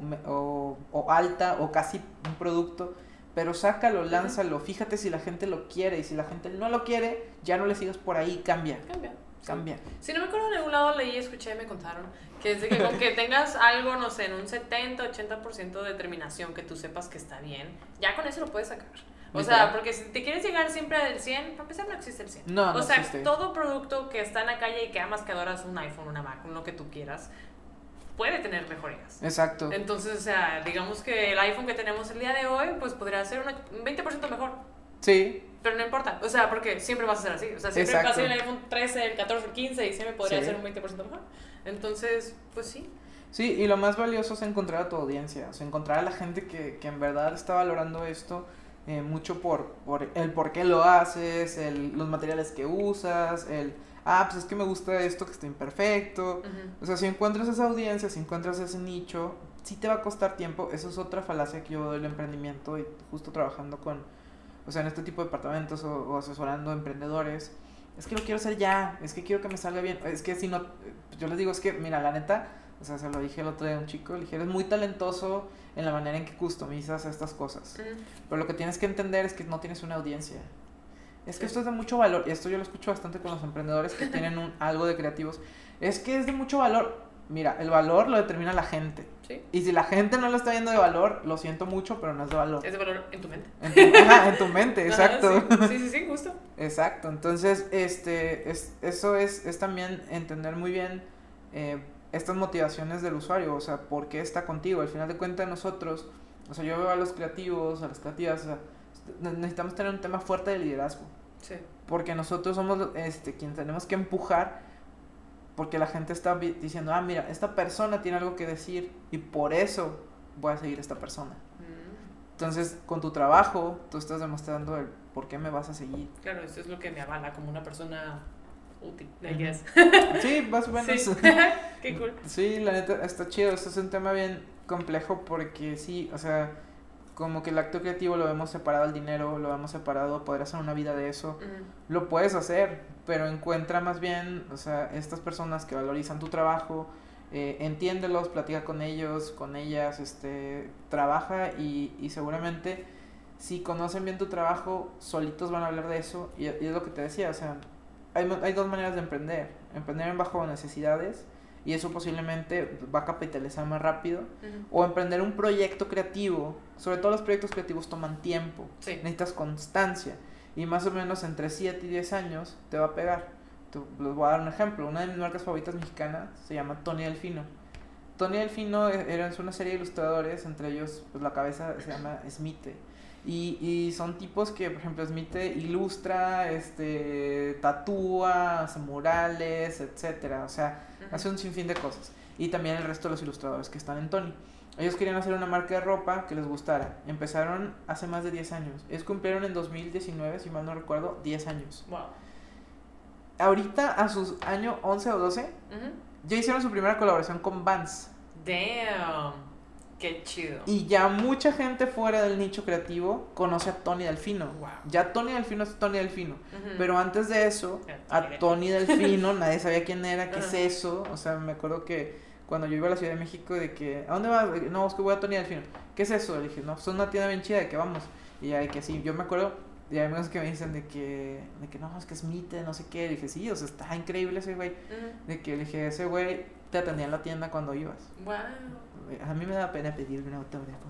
o alta o casi un producto, pero sácalo, lánzalo, fíjate si la gente lo quiere y si la gente no lo quiere, ya no le sigas por ahí, cambia. Cambia. Si no me acuerdo, en algún lado leí, escuché, me contaron que es de que con que tengas algo, no sé, en un 70-80% de determinación que tú sepas que está bien, ya con eso lo puedes sacar. O sea, porque si te quieres llegar siempre al 100, para empezar no existe el 100. No, no o sea, existe. todo producto que está en la calle y que amas, que adoras, un iPhone, una Mac, lo que tú quieras, puede tener mejorías. Exacto. Entonces, o sea, digamos que el iPhone que tenemos el día de hoy, pues podría ser un 20% mejor. Sí. Pero no importa, o sea, porque siempre vas a ser así. O sea, siempre Exacto. va a ser el iPhone 13, el 14, el 15 y siempre podría Sí. ser un 20% mejor. Entonces, pues sí. Sí, y lo más valioso es encontrar a tu audiencia, o sea, encontrar a la gente que en verdad está valorando esto mucho por el por qué lo haces, los materiales que usas, pues es que me gusta esto que está imperfecto. O sea, si encuentras esa audiencia, si encuentras ese nicho, sí te va a costar tiempo. Eso es otra falacia que yo doy del emprendimiento y justo trabajando o sea, en este tipo de departamentos o asesorando emprendedores. Es que lo quiero hacer ya, es que quiero que me salga bien. Es que si no, yo les digo, es que, mira, la neta, o sea, se lo dije el otro día a un chico, le dije, eres muy talentoso en la manera en que customizas estas cosas. Pero lo que tienes que entender es que no tienes una audiencia. Es que esto es de mucho valor, y esto yo lo escucho bastante con los emprendedores que tienen algo de creativos. Es que es de mucho valor. Mira, el valor lo determina la gente. Sí. Y si la gente no lo está viendo de valor, lo siento mucho, pero no es de valor. Es de valor en tu mente. En tu mente, exacto. Ajá, sí, justo. Exacto, entonces eso es también entender muy bien estas motivaciones del usuario, o sea, por qué está contigo. Al final de cuentas nosotros, o sea, yo veo a los creativos, a las creativas, o sea, necesitamos tener un tema fuerte de liderazgo. Sí. Porque nosotros somos quienes tenemos que empujar, porque la gente está diciendo, mira, esta persona tiene algo que decir y por eso voy a seguir a esta persona. Entonces, con tu trabajo, tú estás demostrando el por qué me vas a seguir. Claro, eso es lo que me avala como una persona útil, I guess. Sí, más o menos. Sí. Qué cool. Sí, la neta, está chido. Este es un tema bien complejo porque sí, o sea, como que el acto creativo lo vemos separado al dinero, lo vemos separado a poder hacer una vida de eso. Lo puedes hacer, pero encuentra más bien, o sea, estas personas que valorizan tu trabajo, entiéndelos, platica con ellos, con ellas, trabaja y seguramente si conocen bien tu trabajo, solitos van a hablar de eso y es lo que te decía, o sea, hay dos maneras de emprender en bajo necesidades y eso posiblemente va a capitalizar más rápido, o emprender un proyecto creativo. Sobre todo los proyectos creativos toman tiempo, sí. Necesitas constancia y más o menos entre 7 y 10 años te va a pegar. Les voy a dar un ejemplo. Una de mis marcas favoritas mexicanas se llama Tony Delfino. Tony Delfino era una serie de ilustradores, entre ellos pues la cabeza se llama Smite. Y son tipos que, por ejemplo, Smite ilustra, tatúa, hace murales, etcétera. O sea, hace un sinfín de cosas. Y también el resto de los ilustradores que están en Tony. Ellos querían hacer una marca de ropa que les gustara. Empezaron hace más de 10 años. Ellos cumplieron en 2019, si mal no recuerdo, 10 años. Wow. Ahorita, a sus años 11 o 12, ya hicieron su primera colaboración con Vans. Damn. Qué chido. Y ya mucha gente fuera del nicho creativo conoce a Tony Delfino. Wow. Ya Tony Delfino es Tony Delfino. Pero antes de eso, a Tony Delfino nadie sabía quién era, qué es eso. O sea, me acuerdo que cuando yo iba a la Ciudad de México, de que, ¿a dónde vas? No, es que voy a Tony Delfino. ¿Qué es eso? Le dije, no, es una tienda bien chida, ¿de qué vamos? Y ya de que sí, yo me acuerdo, y hay amigos que me dicen de que no, es que es Mite, no sé qué. Le dije, sí, o sea, está increíble ese güey. De que le dije, ese güey te atendía en la tienda cuando ibas. Wow. A mí me da pena pedirme un autógrafo.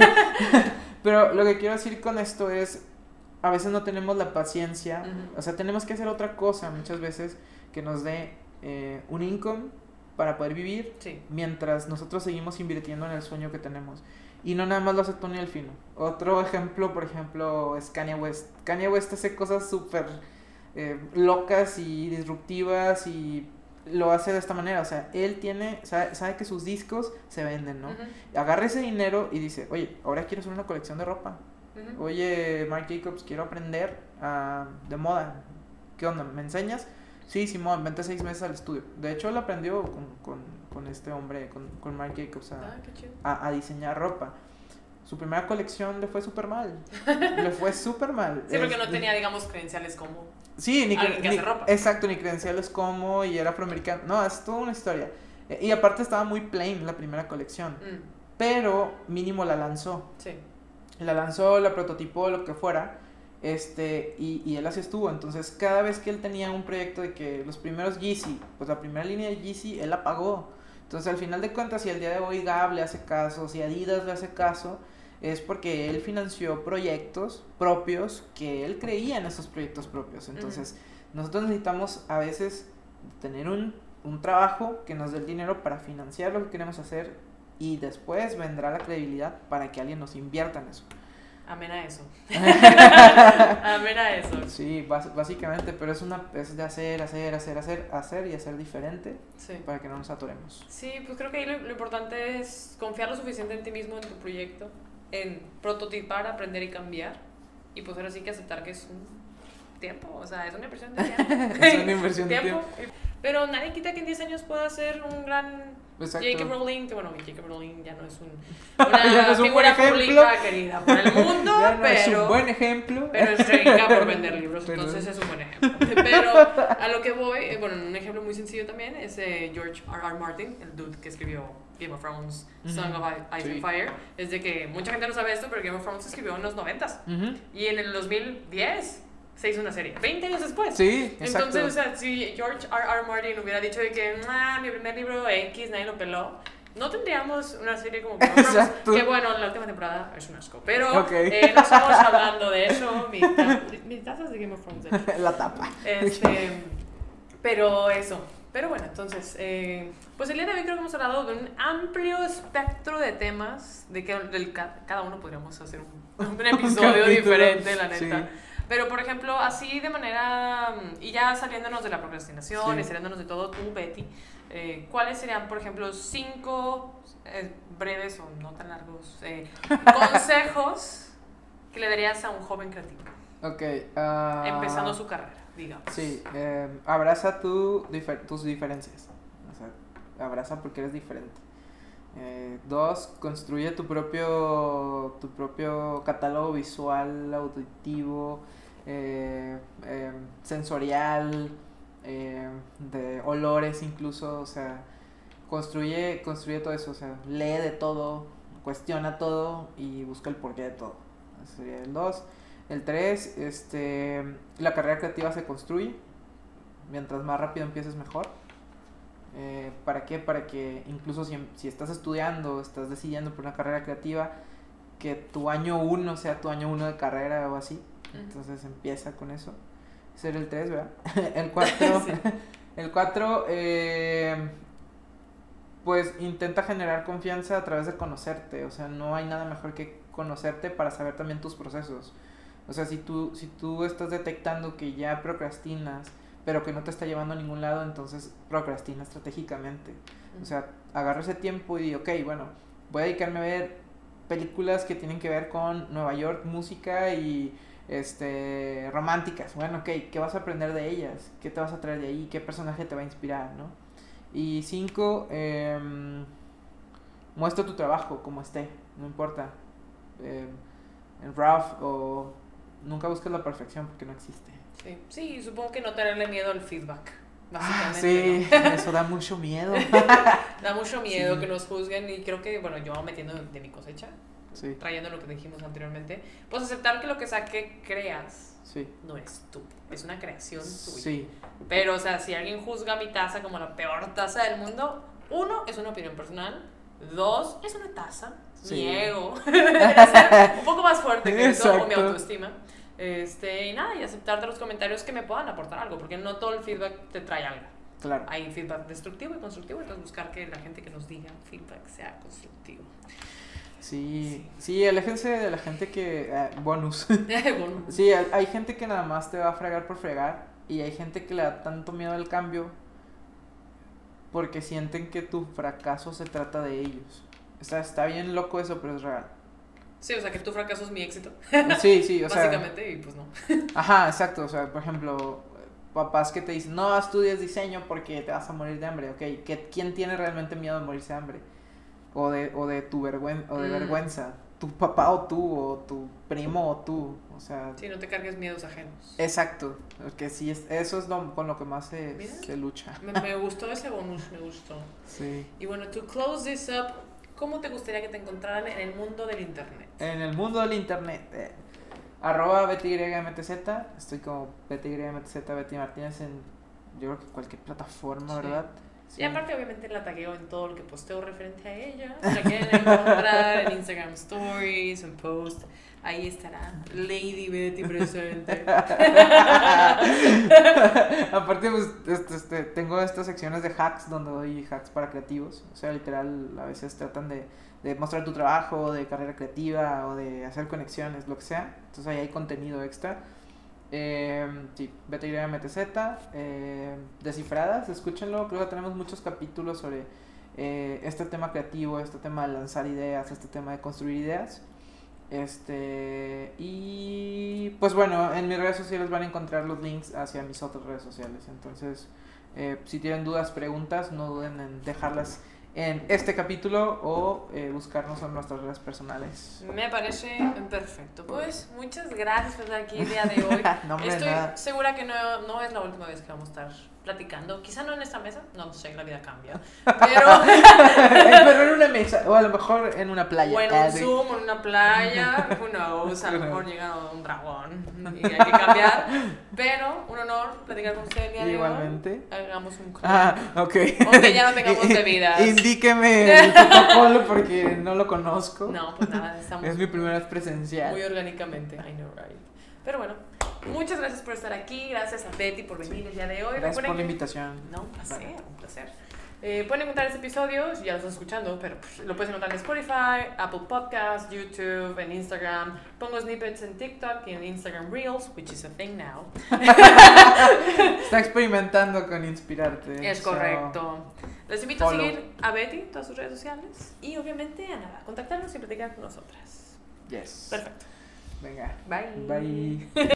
Pero lo que quiero decir con esto es, a veces no tenemos la paciencia, o sea, tenemos que hacer otra cosa muchas veces que nos dé un income para poder vivir, mientras nosotros seguimos invirtiendo en el sueño que tenemos. Y no nada más lo hace Tony Delfino. Otro ejemplo, por ejemplo, es Kanye West. Kanye West hace cosas súper locas y disruptivas y lo hace de esta manera, o sea, él sabe que sus discos se venden, ¿no? Agarra ese dinero y dice, oye, ahora quiero hacer una colección de ropa. Oye, Marc Jacobs, quiero aprender de moda. ¿Qué onda? ¿Me enseñas? Sí, Simón, vente 6 meses al estudio. De hecho, él aprendió con este hombre, con Marc Jacobs, qué chido. a diseñar ropa. Su primera colección le fue súper mal. Le fue súper mal. Sí, porque no tenía, digamos, credenciales como sí, alguien que hace ropa. Exacto, ni credenciales como, y era afroamericano. No, es toda una historia. Y aparte estaba muy plain la primera colección. Pero mínimo la lanzó. Sí. La lanzó, la prototipó, lo que fuera. Y él así estuvo. Entonces, cada vez que él tenía un proyecto de que los primeros Yeezy, pues la primera línea de Yeezy, él la pagó. Entonces, al final de cuentas, si al día de hoy Gap le hace caso, si Adidas le hace caso, es porque él financió proyectos propios que él creía en esos proyectos propios. Entonces, nosotros necesitamos a veces tener un trabajo que nos dé el dinero para financiar lo que queremos hacer, y después vendrá la credibilidad para que alguien nos invierta en eso. Amén a eso. Amén a eso. Sí, básicamente, pero es de hacer y hacer diferente, para que no nos atoremos. Sí, pues creo que ahí lo importante es confiar lo suficiente en ti mismo, en tu proyecto, en prototipar, aprender y cambiar, y pues ahora sí que aceptar que es un tiempo, o sea, es una inversión de tiempo. Es una inversión de tiempo. Pero nadie quita que en 10 años pueda ser un gran J.K. Rowling, que bueno, J.K. Rowling ya no es una figura pública querida por el mundo, no pero es un buen ejemplo. Pero es rica por vender libros, entonces es un buen ejemplo. Pero a lo que voy, bueno, un ejemplo muy sencillo también es George R.R. Martin, el dude que escribió Game of Thrones, Song of Ice and Fire. Es de que mucha gente no sabe esto, pero Game of Thrones se escribió en los 90s. Y en el 2010 se hizo una serie, 20 años después. Sí, exacto. Entonces, o sea, si George R.R. Martin hubiera dicho de que mi primer libro X, nadie lo peló, no tendríamos una serie como Game of Thrones. Que bueno, la última temporada es un asco. Pero no estamos hablando de eso. Mi taza es de Game of Thrones. La tapa. Pero eso. Pero bueno, entonces, pues el día de hoy creo que hemos hablado de un amplio espectro de temas, de que cada uno podríamos hacer un episodio diferente, la neta. Sí. Pero, por ejemplo, así de manera, y ya saliéndonos de la procrastinación y saliéndonos de todo, tú, Betty, ¿cuáles serían, por ejemplo, 5 breves o no tan largos consejos que le darías a un joven creativo? Empezando su carrera, digamos. Sí, abraza tus diferencias. O sea, abraza porque eres diferente. 2, construye tu propio catálogo visual, auditivo, sensorial, de olores incluso. O sea, construye todo eso. O sea, lee de todo, cuestiona todo y busca el porqué de todo. Ese sería el 2. El 3, la carrera creativa se construye. Mientras más rápido empieces, mejor. ¿Para qué? Para que incluso si estás estudiando, estás decidiendo por una carrera creativa, que tu año 1 sea tu año 1 de carrera o así. Entonces empieza con eso. Ese era el 3, ¿verdad? El 4, el 4, pues intenta generar confianza a través de conocerte. O sea, no hay nada mejor que conocerte para saber también tus procesos. O sea, si tú estás detectando que ya procrastinas, pero que no te está llevando a ningún lado, entonces procrastina estratégicamente. O sea, agarra ese tiempo y ok, bueno, voy a dedicarme a ver películas que tienen que ver con Nueva York, música y románticas. Bueno, ok, ¿qué vas a aprender de ellas? ¿Qué te vas a traer de ahí? ¿Qué personaje te va a inspirar, no? Y 5, muestra tu trabajo como esté, no importa. En rough o nunca busques la perfección porque no existe. Sí, supongo que no tenerle miedo al feedback, básicamente. Sí, ¿no? Eso da mucho miedo. Da mucho miedo que nos juzguen, y creo que, bueno, yo metiendo de mi cosecha, trayendo lo que dijimos anteriormente, pues aceptar que lo que sea que creas no es tú, es una creación tuya. Sí. Pero, o sea, si alguien juzga mi taza como la peor taza del mundo, 1, es una opinión personal, 2, es una taza, mi ego, un poco más fuerte que eso, o mi autoestima. Y nada, y aceptarte los comentarios que me puedan aportar algo, porque no todo el feedback te trae algo. Claro. Hay feedback destructivo y constructivo, entonces buscar que la gente que nos diga feedback sea constructivo. Sí, aléjense de la gente que... bonus. Sí, hay gente que nada más te va a fregar por fregar, y hay gente que le da tanto miedo al cambio porque sienten que tu fracaso se trata de ellos. Está bien loco eso, pero es real. Sí, o sea, que tu fracaso es mi éxito. Sí, o sea. Básicamente, y pues no. Ajá, exacto. O sea, por ejemplo, papás que te dicen, no estudies diseño porque te vas a morir de hambre. Ok, ¿quién tiene realmente miedo de morirse de hambre? O de tu vergüenza. Tu papá o tú, o tu primo o tú. O sea. Sí, no te cargues miedos ajenos. Exacto. Porque sí, eso es con lo que más se lucha. Me gustó ese bonus, me gustó. Sí. Y bueno, to close this up, ¿cómo te gustaría que te encontraran en el mundo del internet? En el mundo del internet. @BettyYMTZ. Estoy como BettyYMTZ, Betty Martínez en, yo creo que cualquier plataforma, ¿verdad? Sí. Y aparte obviamente la tagueo en todo lo que posteo referente a ella. Si la quieren encontrar en Instagram Stories, en Post, ahí estará Lady Betty presente. Aparte pues tengo estas secciones de hacks donde doy hacks para creativos. O sea, literal a veces tratan de mostrar tu trabajo, de carrera creativa o de hacer conexiones, lo que sea. Entonces ahí hay contenido extra. Sí, BettyMTZ, Descifradas, escúchenlo. Creo que tenemos muchos capítulos sobre este tema creativo, este tema de lanzar ideas, este tema de construir ideas. Y pues bueno, en mis redes sociales van a encontrar los links hacia mis otras redes sociales. Entonces, si tienen dudas, preguntas, no duden en dejarlas en este capítulo o buscarnos en nuestras redes personales. Me parece perfecto. Pues muchas gracias por estar aquí el día de hoy. No, estoy nada. segura que no es la última vez que vamos a estar platicando. Quizá no en esta mesa, no sé, la vida cambia. Pero pero en una mesa, o a lo mejor en una playa. O en un Zoom, o en una playa, who knows, a lo mejor llega un dragón y hay que cambiar. Pero un honor platicar con usted el día de hoy. Igualmente. Hagamos un club. Ok. Aunque ya no tengamos bebidas. Indíqueme el protocolo porque no lo conozco. No, pues nada, estamos. Es mi primera vez presencial. Muy orgánicamente, I know, right. Pero bueno, muchas gracias por estar aquí. Gracias a Betty por venir el día de hoy. Gracias por la invitación. No, un placer, un placer. Pueden encontrar este episodio, si ya lo estás escuchando, pero pues, lo puedes encontrar en Spotify, Apple Podcasts, YouTube, en Instagram. Pongo snippets en TikTok y en Instagram Reels, which is a thing now. Está experimentando con inspirarte. Es correcto. Les invito a seguir a Betty en todas sus redes sociales y obviamente a nada, contactarnos y platicar con nosotras. Yes. Perfecto. Venga. Bye. Bye.